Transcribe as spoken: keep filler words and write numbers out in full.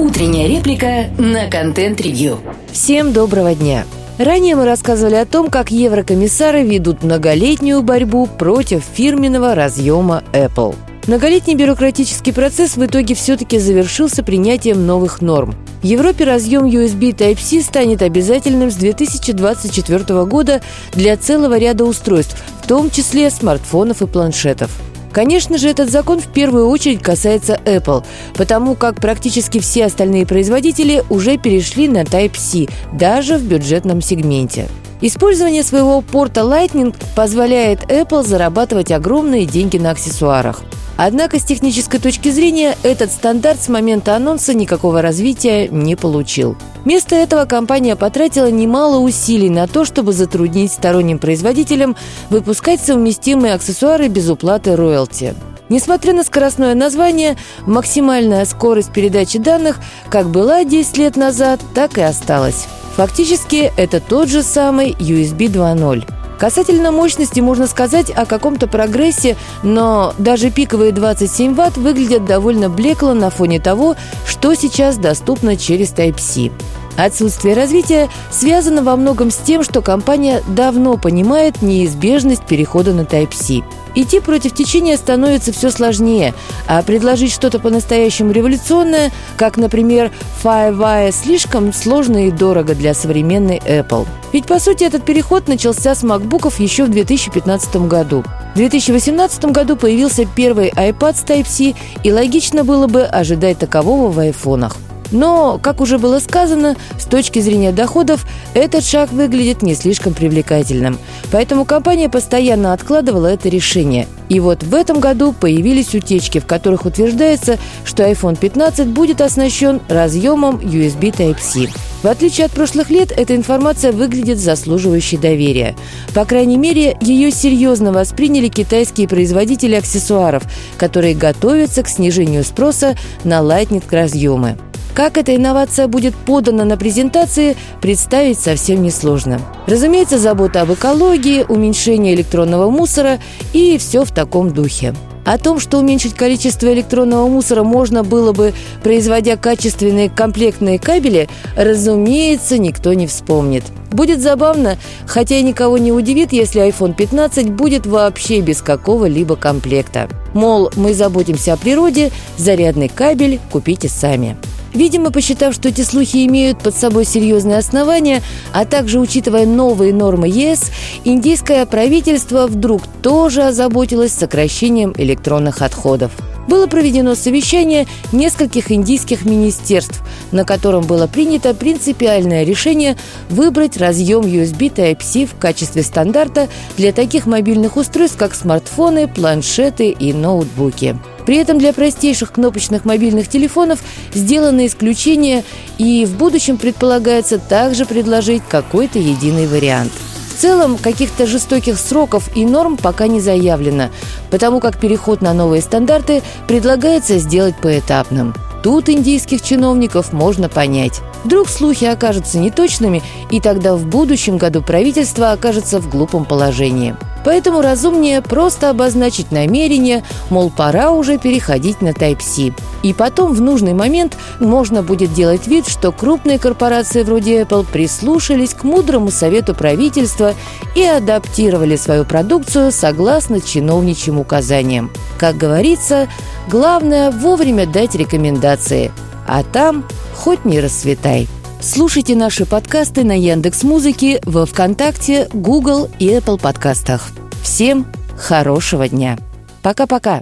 Утренняя реплика на контент-ревью. Всем доброго дня! Ранее мы рассказывали о том, как еврокомиссары ведут многолетнюю борьбу против фирменного разъема Apple. Многолетний бюрократический процесс в итоге все-таки завершился принятием новых норм. В Европе разъем ю эс би Type-C станет обязательным с две тысячи двадцать четвёртого года для целого ряда устройств, в том числе смартфонов и планшетов. Конечно же, этот закон в первую очередь касается Apple, потому как практически все остальные производители уже перешли на Type-C, даже в бюджетном сегменте. Использование своего порта Lightning позволяет Apple зарабатывать огромные деньги на аксессуарах. Однако с технической точки зрения этот стандарт с момента анонса никакого развития не получил. Вместо этого компания потратила немало усилий на то, чтобы затруднить сторонним производителям выпускать совместимые аксессуары без уплаты роялти. Несмотря на скоростное название, максимальная скорость передачи данных как была десять лет назад, так и осталась. Фактически это тот же самый ю эс би два ноль. Касательно мощности можно сказать о каком-то прогрессе, но даже пиковые двадцать семь ватт выглядят довольно блекло на фоне того, что сейчас доступно через Type-C. Отсутствие развития связано во многом с тем, что компания давно понимает неизбежность перехода на Type-C. Идти против течения становится все сложнее, а предложить что-то по-настоящему революционное, как, например, FireWire, слишком сложно и дорого для современной Apple. Ведь, по сути, этот переход начался с макбуков еще в две тысячи пятнадцатом году. В две тысячи восемнадцатом году появился первый iPad с Type-C, и логично было бы ожидать такового в айфонах. Но, как уже было сказано, с точки зрения доходов этот шаг выглядит не слишком привлекательным. Поэтому компания постоянно откладывала это решение. И вот в этом году появились утечки, в которых утверждается, что айфон пятнадцать будет оснащен разъемом ю эс би Type-C. В отличие от прошлых лет, эта информация выглядит заслуживающей доверия. По крайней мере, ее серьезно восприняли китайские производители аксессуаров, которые готовятся к снижению спроса на Lightning-разъемы. Как эта инновация будет подана на презентации, представить совсем несложно. Разумеется, забота об экологии, уменьшение электронного мусора и все в таком духе. О том, что уменьшить количество электронного мусора можно было бы, производя качественные комплектные кабели, разумеется, никто не вспомнит. Будет забавно, хотя и никого не удивит, если айфон пятнадцать будет вообще без какого-либо комплекта. Мол, мы заботимся о природе, зарядный кабель купите сами. Видимо, посчитав, что эти слухи имеют под собой серьезные основания, а также учитывая новые нормы е эс, индийское правительство вдруг тоже озаботилось сокращением электронных отходов. Было проведено совещание нескольких индийских министерств, на котором было принято принципиальное решение выбрать разъем ю эс би Type-C в качестве стандарта для таких мобильных устройств, как смартфоны, планшеты и ноутбуки. При этом для простейших кнопочных мобильных телефонов сделано исключение, и в будущем предполагается также предложить какой-то единый вариант. В целом, каких-то жестоких сроков и норм пока не заявлено, потому как переход на новые стандарты предлагается сделать поэтапным. Тут индийских чиновников можно понять. Вдруг слухи окажутся неточными, и тогда в будущем году правительство окажется в глупом положении. Поэтому разумнее просто обозначить намерение, мол, пора уже переходить на Type-C. И потом в нужный момент можно будет делать вид, что крупные корпорации вроде Apple прислушались к мудрому совету правительства и адаптировали свою продукцию согласно чиновничьим указаниям. Как говорится, главное вовремя дать рекомендации, а там хоть не расцветай. Слушайте наши подкасты на Яндекс.Музыке, во ВКонтакте, Google и Apple подкастах. Всем хорошего дня! Пока-пока!